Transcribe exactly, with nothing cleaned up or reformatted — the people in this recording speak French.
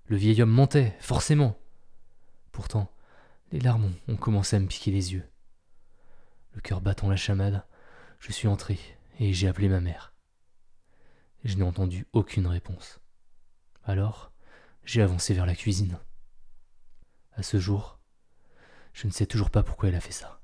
Le vieil homme mentait, forcément. Pourtant, les larmes ont commencé à me piquer les yeux. Le cœur battant la chamade, je suis entré et j'ai appelé ma mère. Je n'ai entendu aucune réponse. Alors, j'ai avancé vers la cuisine. À ce jour, je ne sais toujours pas pourquoi elle a fait ça.